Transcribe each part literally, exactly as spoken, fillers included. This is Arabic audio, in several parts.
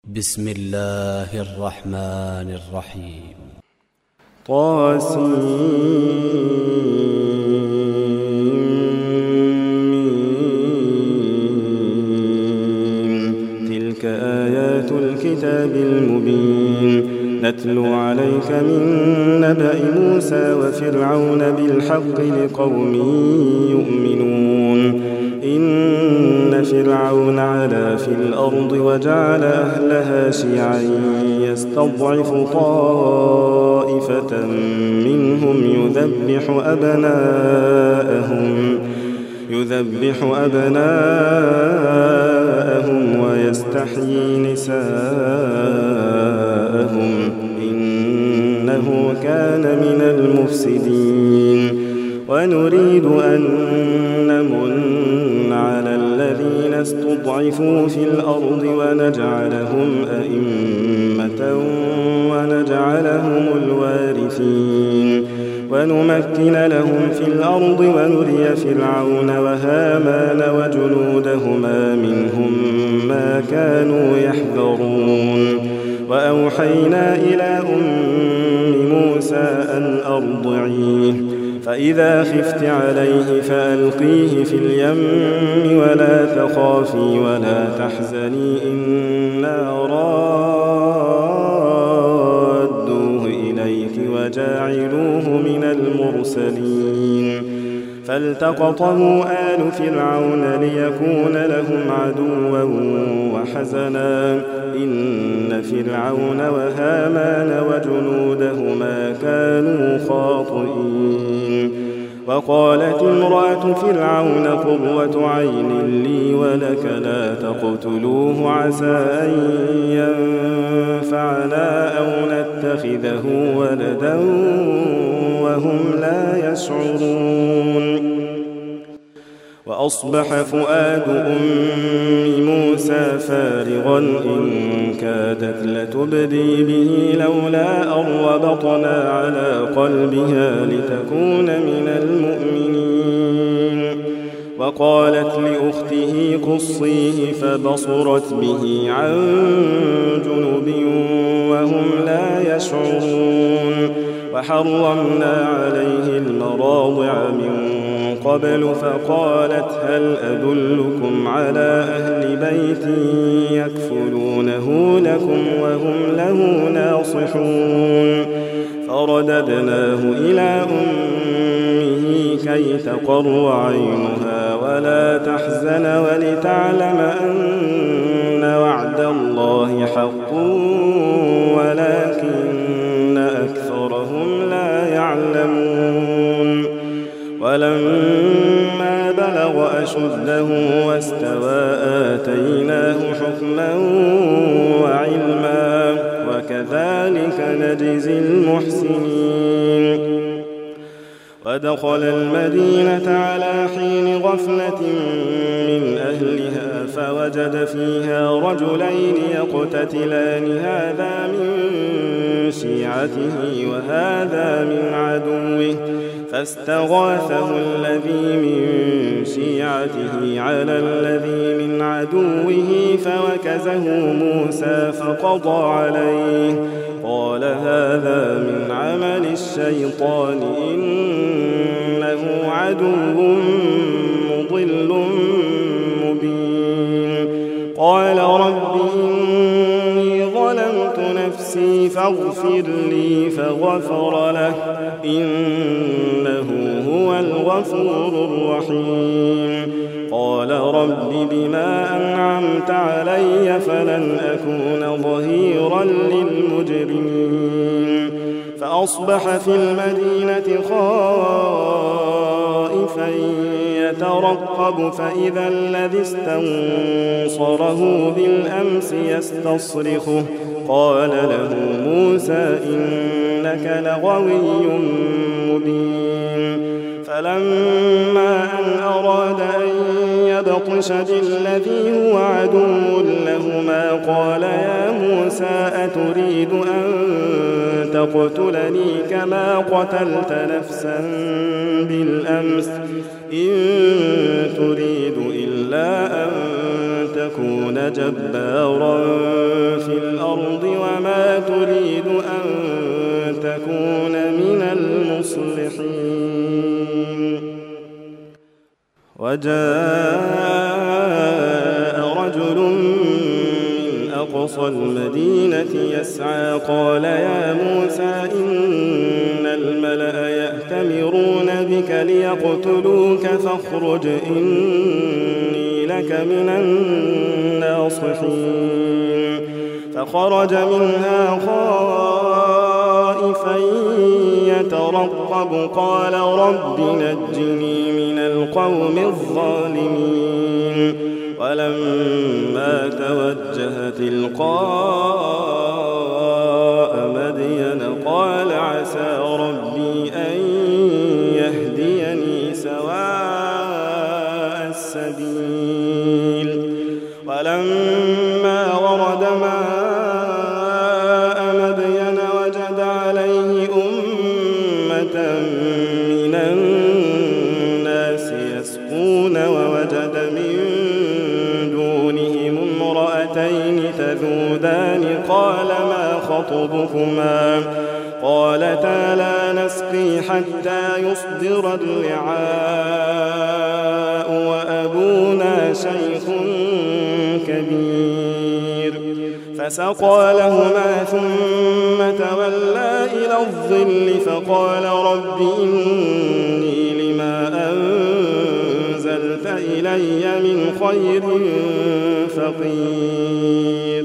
بسم الله الرحمن الرحيم. طاسين تلك آيات الكتاب المبين نتلو عليك من نبأ موسى وفرعون بالحق لقوم يؤمنون. إن فرعون علا في الأرض وجعل أهلها شيعا يستضعف طائفة منهم يذبح أبناءهم يذبح أبناءهم ويستحيي نساءهم إنه كان من المفسدين. ونريد أن نمن على الذين استضعفوا في الأرض ونجعلهم أئمة ونجعلهم الوارثين ونمكن لهم في الأرض ونري فرعون وهامان وجنودهما منهم ما كانوا يحذرون. وأوحينا إلى أم موسى أن أرضعيه فإذا خفت عليه فألقيه في اليم ولا تخافي ولا تحزني إنا رادوه إليك وجاعلوه من المرسلين. فالتقطه آل فرعون ليكون لهم عدوا وحزنا إن فرعون وهامان وجنودهما كانوا خاطئين. وقالت امرأة فرعون قرة عين لي ولك لا تقتلوه عسى أن ينفعنا أو نتخذه ولدا وهم لا يشعرون. وأصبح فؤاد أم موسى فارغا إن كادت لتبدي به لولا أن ربطنا على قلبها لتكون من المؤمنين. وقالت لأخته قصيه فبصرت به عن جنب وهم لا يشعرون. وحرمنا عليه المراضع من قبل فقالت هل أدلكم على أهل بيت يكفلونه لكم وهم له ناصحون. فرددناه إلى أمه كي تقر عينها ولا تحزن ولتعلم أن وعد الله حق ولكن أكثرهم لا يعلمون. ولما بلغ أشده واستوى آتيناه حكما وعلما وكذلك نجزي المحسنين. ودخل المدينة على حين غفلة من أهلها فوجد فيها رجلين يقتتلان هذا من شيعته وهذا من عدوه فاستغاثه الذي من شيعته على الذي من عدوه فوكزه موسى فقضى عليه قال هذا من عمل الشيطان إنه عدو مضل مبين. قال رب إني ظلمت نفسي فاغفر لي فغفر له إنه هو الغفور الرحيم. قال رب بما أنعمت علي فلن أكون ظهيرا للمجرمين. فأصبح في المدينة خائفا يترقب فإذا الذي استنصره بالأمس يستصرخه قال له موسى إنك لغوي مبين. فلما أن أراد أن يبطش بالذي هو عدو لهما قال يا موسى أتريد أن تقتلني كما قتلت نفسا بالأمس إن تريد إلا أن تكون جبارا في وجاء رجل من أقصى المدينة يسعى قال يا موسى إن الملأ يأتمرون بك ليقتلوك فاخرج إني لك من الناصحين فخرج منها خائفا يترقب قال رب نجني من القوم الظالمين ولما توجه تلقاء مدين قال عسى ربي أن يهديني سواء السبيل ولما ورد ماء مدين وجد عليه أمة من الناس يسقون ووجد من دونهم امرأتين تذودان قال ما خطبكما قالتا لا نسقي حتى يصدر الرعاء وأبونا شيخ كبير فسقى لهما ثم تولى إلى الظل فقال رب إني لما أنزلت إلي من خير فقير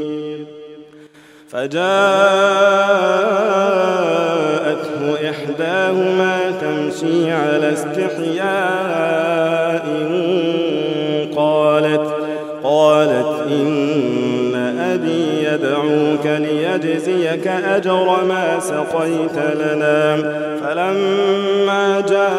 فجاءته إحداهما تمشي على استحياء قالت قالت إن أبي يدعوك ليجزيك أجر ما سقيت لنا فلما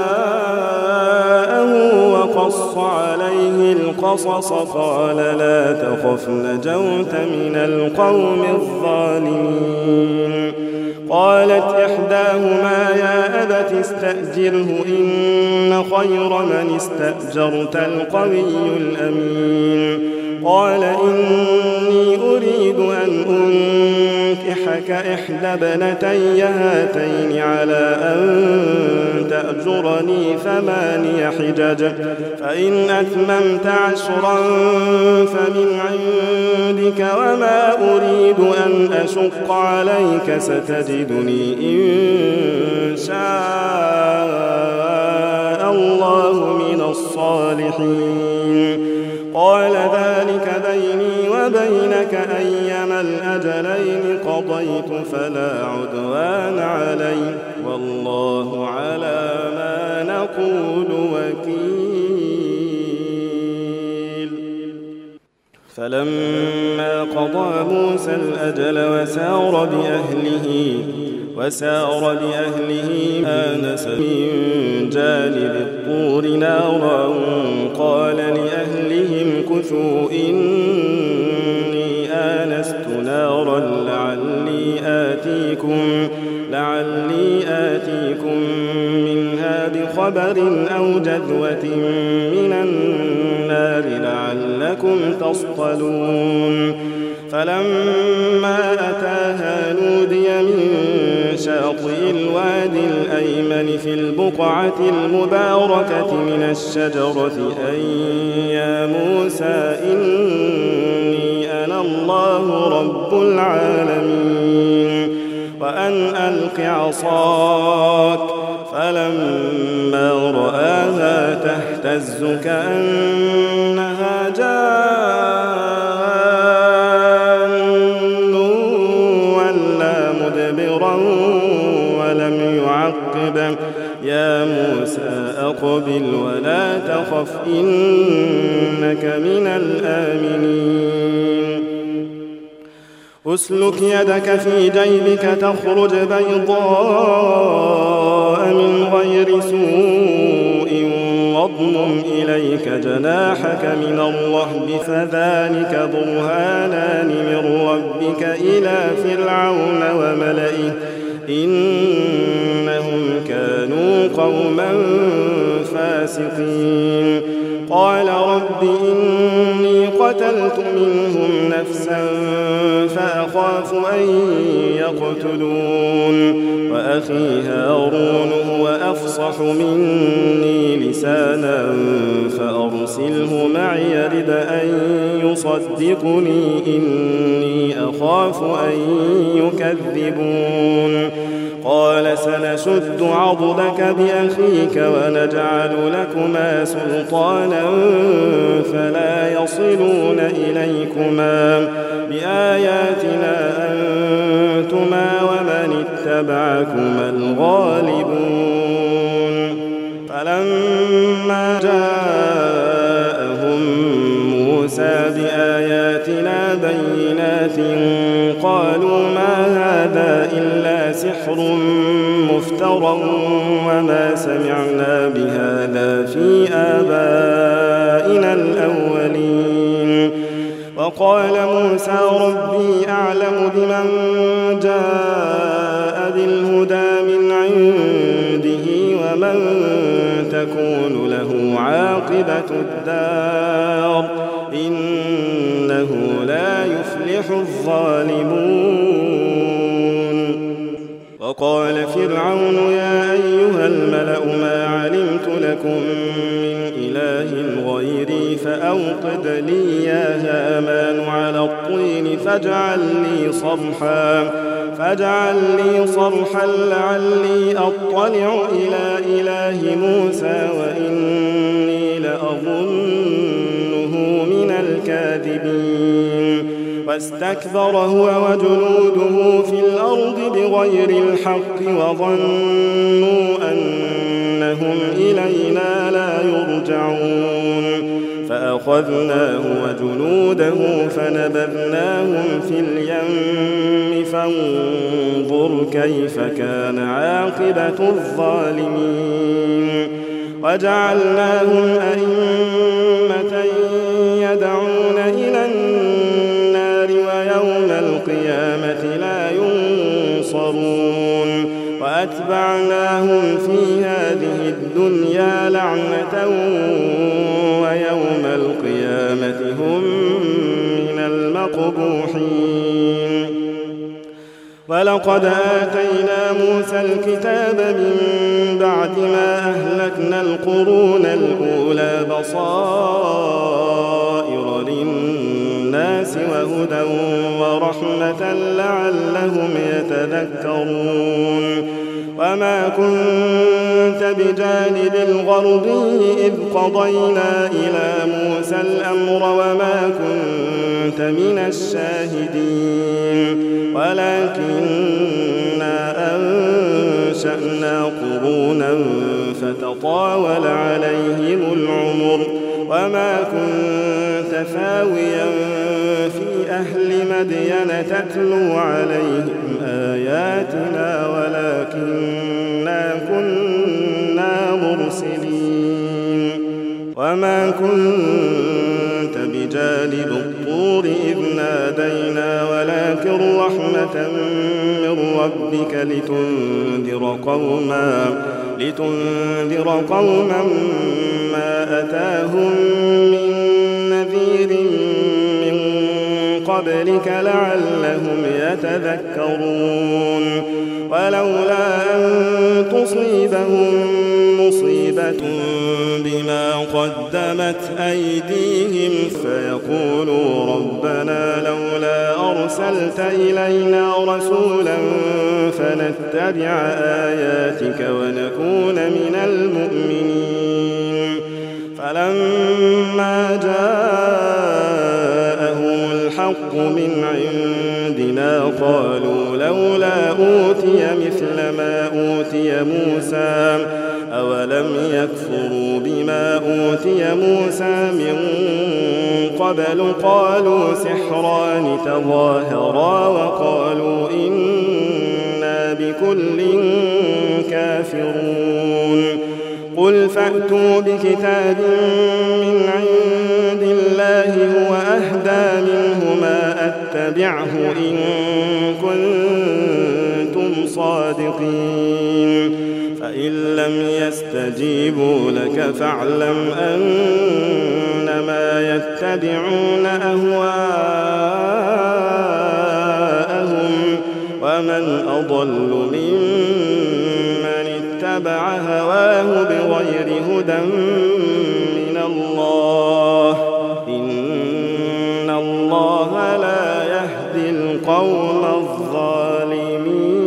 جاءه وقص عليه القصص قال لا تخف نجوت من القوم الظالمين قالت إحداهما يا أبت استأجره إن خير من استأجرت القوي الأمين قال إني أريد أن أنكحك إحدى ابنتي هاتين على أن تأجرني ثماني حجج فإن أتممت عشرا فمن عندك وما أريد أن أشق عليك ستجدني إن شاء الله من الصالحين قال ذلك بيني وبينك أيما الأجلين قضيت فلا عدوان علي والله على ما نقول وكيل فلما قضى موسى الأجل وسار بأهله وسار بأهله آنس من جانب الطور نارا قال لأهلهم كثوا إني آنست نارا لعلي آتيكم لعلي آتيكم منها بخبر أو جذوة من النار لعلكم تصطلون فلما أتاها نودي من شاطئ الوادي الأيمن في البقعة المباركة من الشجرة أن يا موسى إني أنا الله رب العالمين وأن ألق عصاك فلما رآها تهتز كأنها جان ولا مدبرا ولم يعقب يا موسى أقبل ولا تخف إنك من الآمنين أسلك يدك في جيبك تخرج بيضاء من غير سوء واضمم إليك جناحك من الرهب فذلك برهانان من ربك إلى فرعون وملئه إنهم كانوا قوما فاسقين قال رب إني قد قتلت منهم نفسا فأخاف أن يقتلون وأخي هارون هو أفصح مني لسانا فأرسله معي يرد أن يصدقني إني أخاف أن يكذبون قال سنشد عضدك بأخيك ونجعل لكما سلطانا فلا يصلون إليكما بآياتنا أنتما ومن اتبعكما الغالبون فلما جاءهم موسى بآياتنا بينات قالوا ما هذا إلا سحر مفترى وما سمعنا بهذا في آبائنا الأولين وقال موسى ربي أعلم بمن جاء بالهدى من عنده ومن تكون له عاقبة الدار إنه لا يفلح الظالمون وقال فرعون يا أيها الملأ ما علمت لكم من إله غيري فأوقد لي يا هامان على الطين فاجعل لي صرحا فاجعل لي صرحا لعلي أطلع إلى إله موسى وإني لأظنه من الكاذبين واستكبر هو وجنوده في الأرض بغير الحق وظنوا أنهم إلينا لا يرجعون فأخذناه وجنوده فنبذناهم في اليم فانظر كيف كان عاقبة الظالمين وجعلناهم أئمة يدعون إلى النار ويوم القيامة لا ينصرون وأتبعناهم في هذه الدنيا لعنة ويوم القيامة هم من المقبوحين ولقد آتينا موسى الكتاب من بعد ما أهلكنا القرون الأولى بصائر للناس وهدى ورحمة لعلهم يتذكرون وما كنت بجانب الغربي إذ قضينا إلى موسى الأمر وما كنت من الشاهدين ولكننا أنشأنا قرونا فتطاول عليهم العمر وما كنت ثاويا في أهل مدين تتلو عليهم آياتنا ولكننا كنا مرسلين وما كنت بجانب الطور إذ نادينا ولكن رحمة من ربك لتنذر قوما لتنذر قوما ما أتاهم من نذير من قبلك لعلهم يتذكرون ولولا أن تصيبهم مصيبة بما قدمت أيديهم فيقولوا ربنا لولا أرسلت إلينا رسولا فنتبع آياتك ونكون من المؤمنين فلما جاءهم الحق من عندنا قالوا لولا أوتي مثل ما أوتي موسى أولم يكفروا بما أوتي موسى من قبل قالوا سحران تظاهرا وقالوا إنا بكل كافرون قل فأتوا بكتاب من عند الله هو أهدى منهما أتبعه إن كنتم صادقين فإن لم يستجيبوا لك فاعلم أن إنما يتبعون أهواءهم ومن أضل ممن اتبع هواه بغير هدى من الله إن الله لا يهدي القوم الظالمين.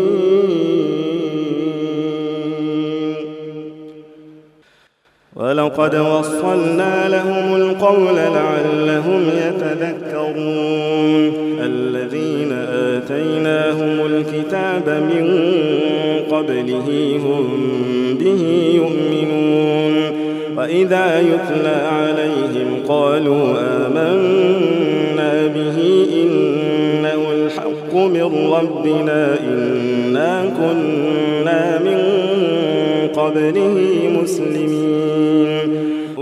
ولقد وصلنا لهم القول لعلهم يتذكرون الذين آتيناهم الكتاب من قبله هم به يؤمنون وإذا يتلى عليهم قالوا آمنا به إنه الحق من ربنا إنا كنا من قبله مسلمين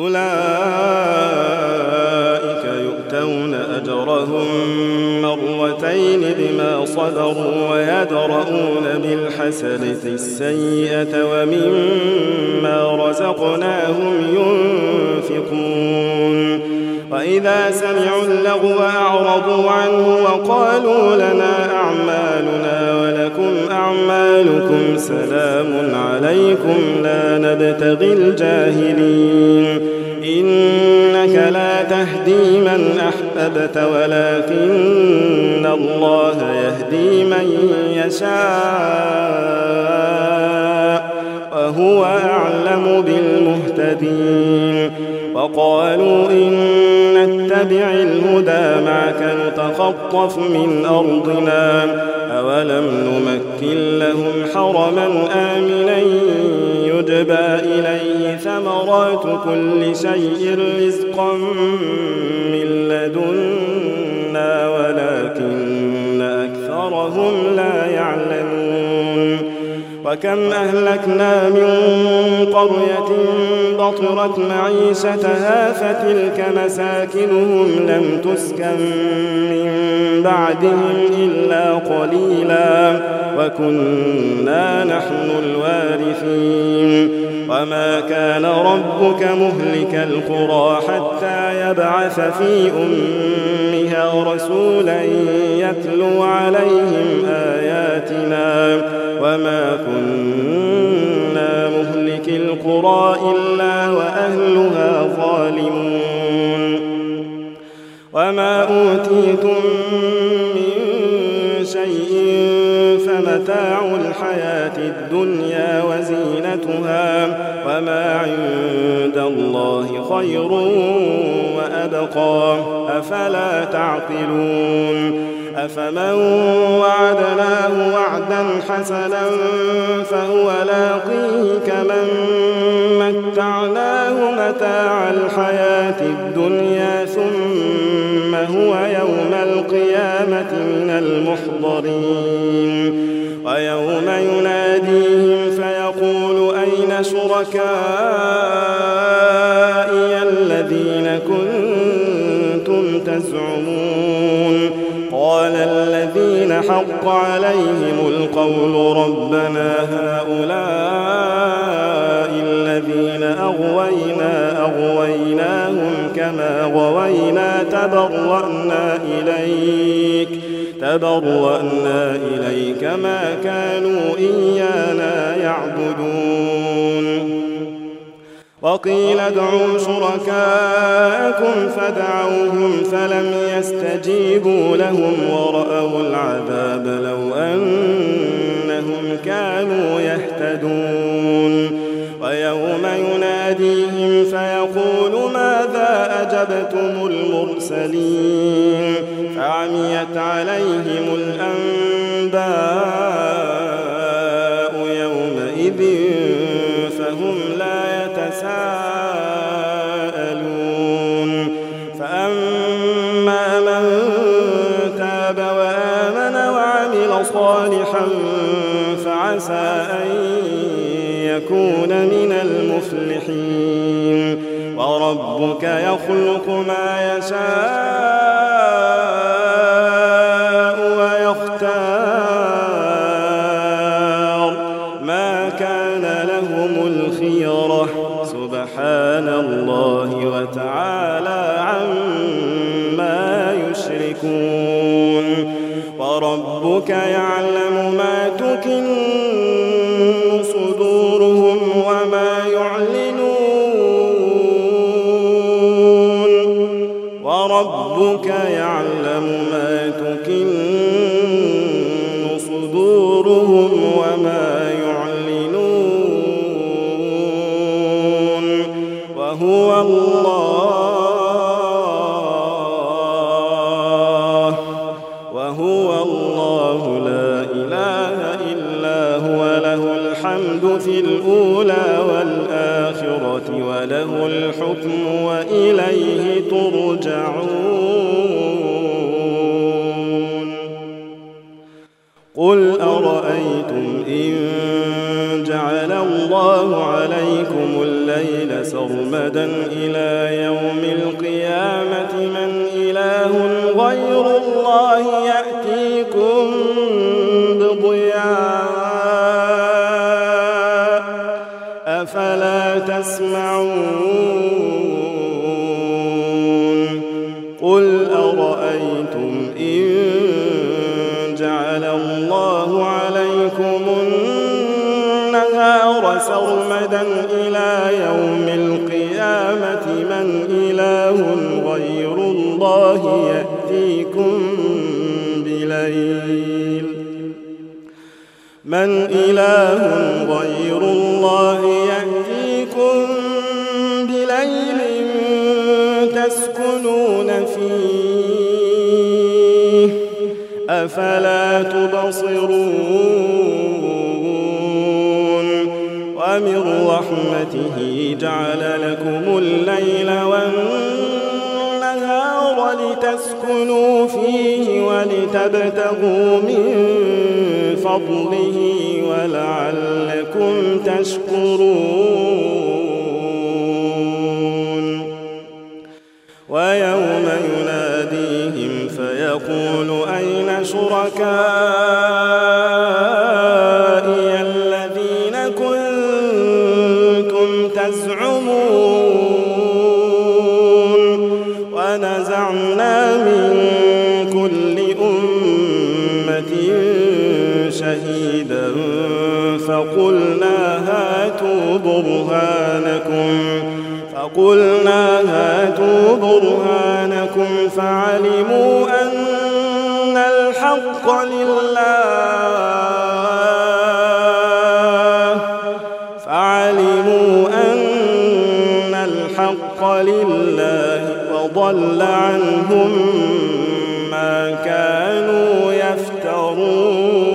أولئك يؤتون أجرهم مرتين بما صبروا ويدرؤون بالحسنة السيئة ومما رزقناهم ينفقون وإذا سمعوا اللغو أعرضوا عنه وقالوا لنا أعمالنا ولكم أعمالكم سلام عليكم لا نبتغي الجاهلين إنك لا تهدي من أحببت ولكن الله يهدي من يشاء وهو أعلم بالمهتدين وقالوا إن نتبع الهدى معك نتخطف من أرضنا أولم نمكن لهم حرما آمنا يجبى إليه ثمرات كل شيء رزقا من لدنا ولكن أكثرهم لا يعلمون وكم أهلكنا من قرية بطرت معيشتها فتلك مساكنهم لم تسكن من بعدهم إلا قليلا وكنا نحن الوارثين وما كان ربك مهلك القرى حتى يبعث في أمها رسولا يتلو عليهم آياتنا وما كنا مهلك القرى إلا وأهلها ظالمون وما أوتيتم من شيء فمتاع الحياة الدنيا وزينتها وما عند الله خير وأبقى أفلا تعقلون أفمن وعدناه وعدا حسنا فهو لاقيه كمن متعناه متاع الحياة الدنيا ثم هو يوم القيامة من المحضرين ويوم يناديهم فيقول أين شركائي الذين كنتم تزعمون قال الذين حق عليهم القول ربنا هؤلاء الذين أغوينا أغويناهم كما غوينا تبرأنا إليك تبرأنا إليك ما كانوا إيانا يعبدون وقيل ادعوا شركاءكم فدعوهم فلم يستجيبوا لهم ورأوا العذاب لو أنهم كانوا يهتدون ويوم يناديهم فيقول ماذا أجبتم المرسلين فعميت عليهم الأنباء يومئذ فهم لا يتساءلون فأما من تاب وآمن وعمل صالحا فعسى أن يكون من المفلحين وربك يخلق ما يشاء ويختار ما كان لهم الخيرة سبحان الله وتعالى يشركون وربك يعلم ما تكن صدورهم وما يعلنون وربك يعلم ما تكن صدورهم وما يعلنون وهو الله وهو الله لا إله إلا هو له الحمد في الأولى والآخرة وله الحكم وإليه ترجعون قل أرأيتم إن جعل الله عليكم الليل سرمدا إلى يوم القيامة من إله غير الله يأتيكم بضياء أفلا تسمعون قل أرأيتم إن جعل الله عليكم النهار سرمدا إلى يوم القيامة من إله غير الله يأتيكم بليل من إله غير الله يأتيكم بليل تسكنون فيه أفلا تبصرون ومن رحمته جعل لكم الليل والنهار لتسكنوا فيه ولتبتغوا من فضله ولعلكم تشكرون ويوم يناديهم فيقول أين شركائي الذين كنتم تزعمون ونزعنا من كل أمة شهيدا فقلنا هاتوا برهانكم فقلنا هاتوا برهانكم فعلموا أن الحق لله فعلموا أن الحق لله وضل عنهم ما كانوا يفترون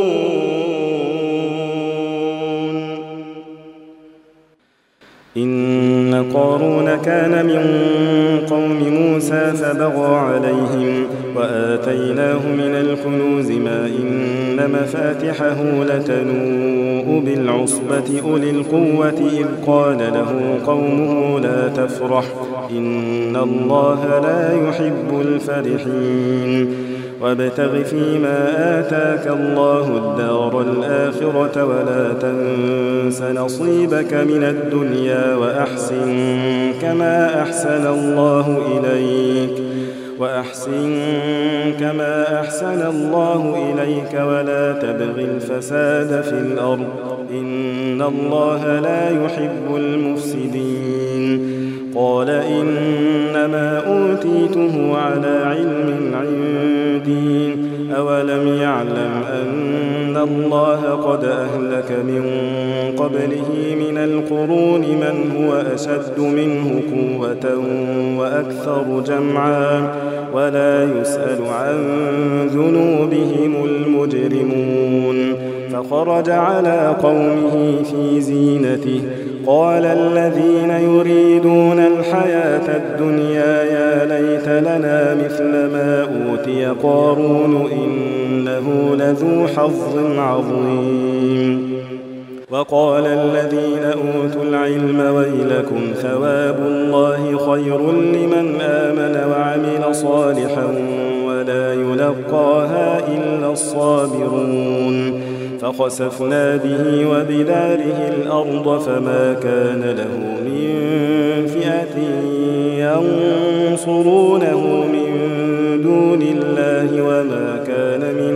إن قارون كان من قوم موسى فبغى عليهم وآتيناه من الكنوز ما إن مفاتحه لتنوء بالعصبة أولي القوة إذ قال له قومه لا تفرح إن الله لا يحب الفرحين وابتغ فيما آتاك الله الدار الآخرة ولا تنس نصيبك من الدنيا وأحسن كما أحسن الله إليك وأحسن كما أحسن الله إليك ولا تبغ الفساد في الأرض إن الله لا يحب المفسدين قال إنما أوتيته على علم عندي أولم يعلم أن الله قد أهلك من قبله من القرون من هو أشد منه قوة وأكثر جمعا ولا يسأل عن ذنوبهم المجرمون فخرج على قومه في زينته قال الذين يريدون الحياة الدنيا يا ليت لنا مثل ما أوتي قارون إنه لذو حظ عظيم وقال الذين أوتوا العلم ويلكم ثواب الله خير لمن آمن وعمل صالحا ولا يلقاها إلا الصابرون فخسفنا به وبداره الأرض فما كان له من فئة ينصرونه من دون دون الله وما كان من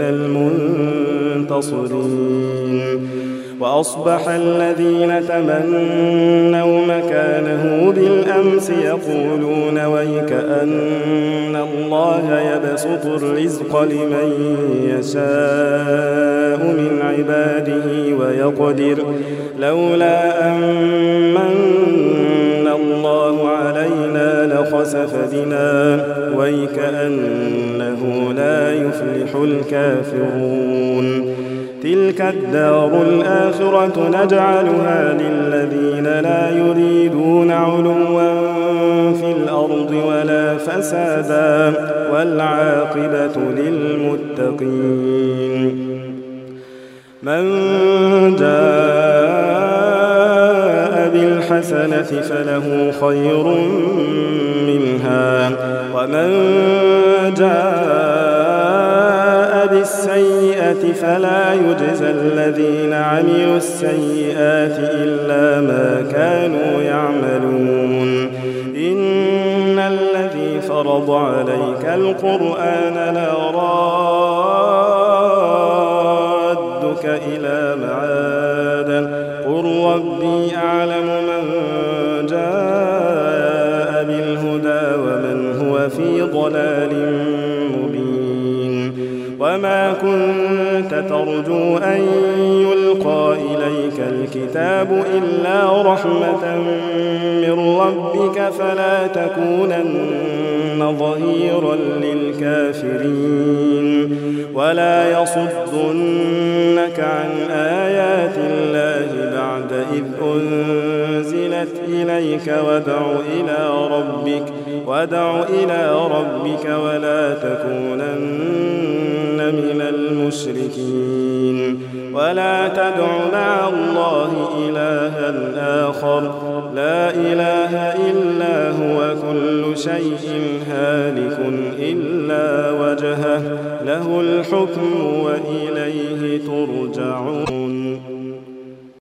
المنتصرين. وأصبح الذين تمنوا مكانه بالأمس يقولون ويك أن الله يبسط الرزق لمن يشاء من عباده ويقدر لولا أن من الله علينا لخسف بنا ويك أنه لا يفلح الكافرون. تلك الدار الآخرة نجعلها للذين لا يريدون علوا في الأرض ولا فسادا والعاقبة للمتقين. من جاء بالحسنة فله خير منها ومن جاء بالسيئة فلا يجزى الذين عملوا السيئات إلا ما كانوا يعملون. إن الذي فرض عليك القرآن لرادك إلى معاد قل ربي أعلم من جاء بالهدى ومن هو في ضلال مبين. وما كنت ترجو أن يلقى إليك الكتاب إلا رحمة من ربك فلا تكونن ظهيرا للكافرين ولا يصدنك عن آيات الله بعد إذ أنزلت إليك وادع إلى ربك وادع إلى ربك ولا تكونن من المشركين. ولا تدع مع الله إلها آخر لا إله إلا هو كل شيء هالك إلا وجهه له الحكم وإليه ترجعون.